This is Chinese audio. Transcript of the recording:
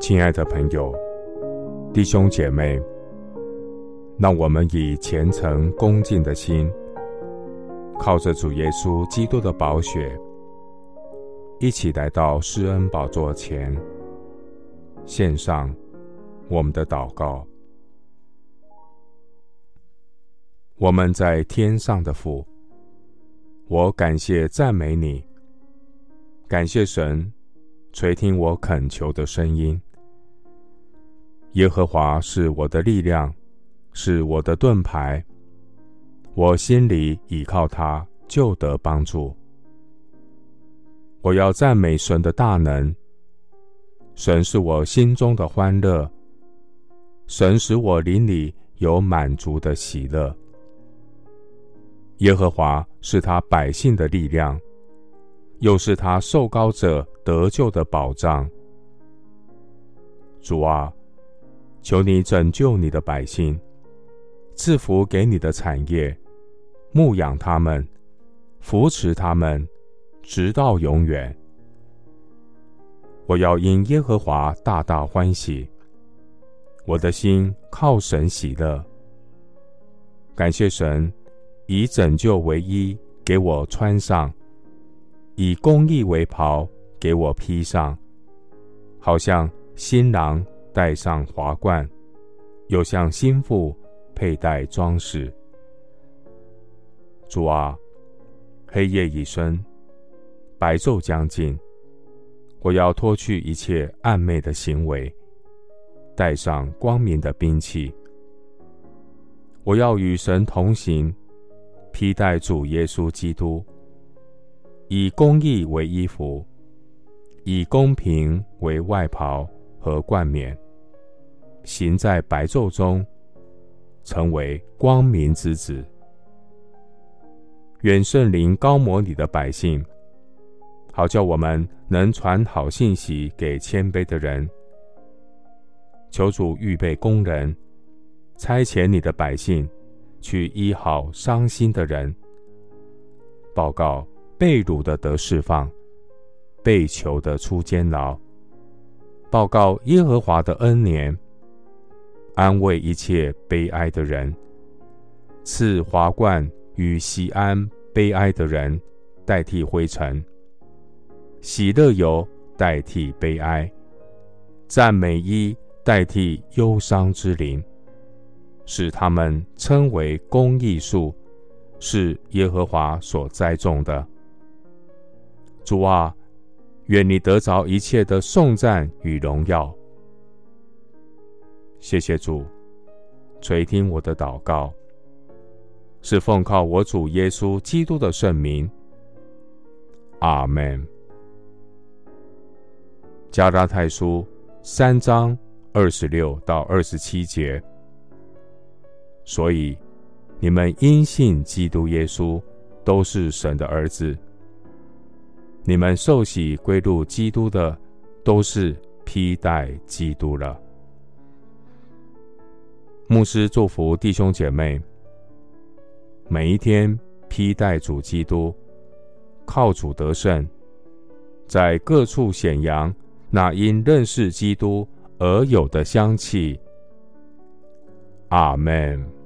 亲爱的朋友、弟兄姐妹，让我们以虔诚恭敬的心，靠着主耶稣基督的宝血，一起来到施恩宝座前，献上我们的祷告。我们在天上的父，我感谢赞美你，感谢神垂听我恳求的声音。耶和华是我的力量，是我的盾牌，我心里倚靠他，就得帮助。我要赞美神的大能，神是我心中的欢乐，神使我灵里有满足的喜乐。耶和华是他百姓的力量，又是他受膏者得救的保障。主啊，求你拯救你的百姓，赐福给你的产业，牧养他们，扶持他们，直到永远。我要因耶和华大大欢喜，我的心靠神喜乐。感谢神以拯救为衣给我穿上，以公义为袍给我披上，好像新郎戴上华冠，又像新妇佩戴装饰。主啊，黑夜已深，白昼将近，我要脱去一切暗昧的行为，带上光明的兵器。我要与神同行，披戴主耶稣基督，以公义为衣服，以公平为外袍和冠冕，行在白昼中，成为光明之子。愿圣灵膏抹你的百姓，好叫我们能传好信息给谦卑的人。求主预备工人，差遣你的百姓去医好伤心的人，报告被掳的得释放，被囚的出监牢，报告耶和华的恩年，安慰一切悲哀的人，赐华冠与喜安悲哀的人代替灰尘，喜乐油代替悲哀，赞美衣代替忧伤之灵，使他们称为公义树，是耶和华所栽种的。主啊，愿你得着一切的颂赞与荣耀。谢谢主，垂听我的祷告，是奉靠我主耶稣基督的圣名。阿们。加拉太书3章26到27节。所以你们因信基督耶稣，都是神的儿子。你们受洗归入基督的，都是披戴基督了。牧师祝福弟兄姐妹，每一天披戴主基督，靠主得胜，在各处显扬那因认识基督而有的香气。阿们。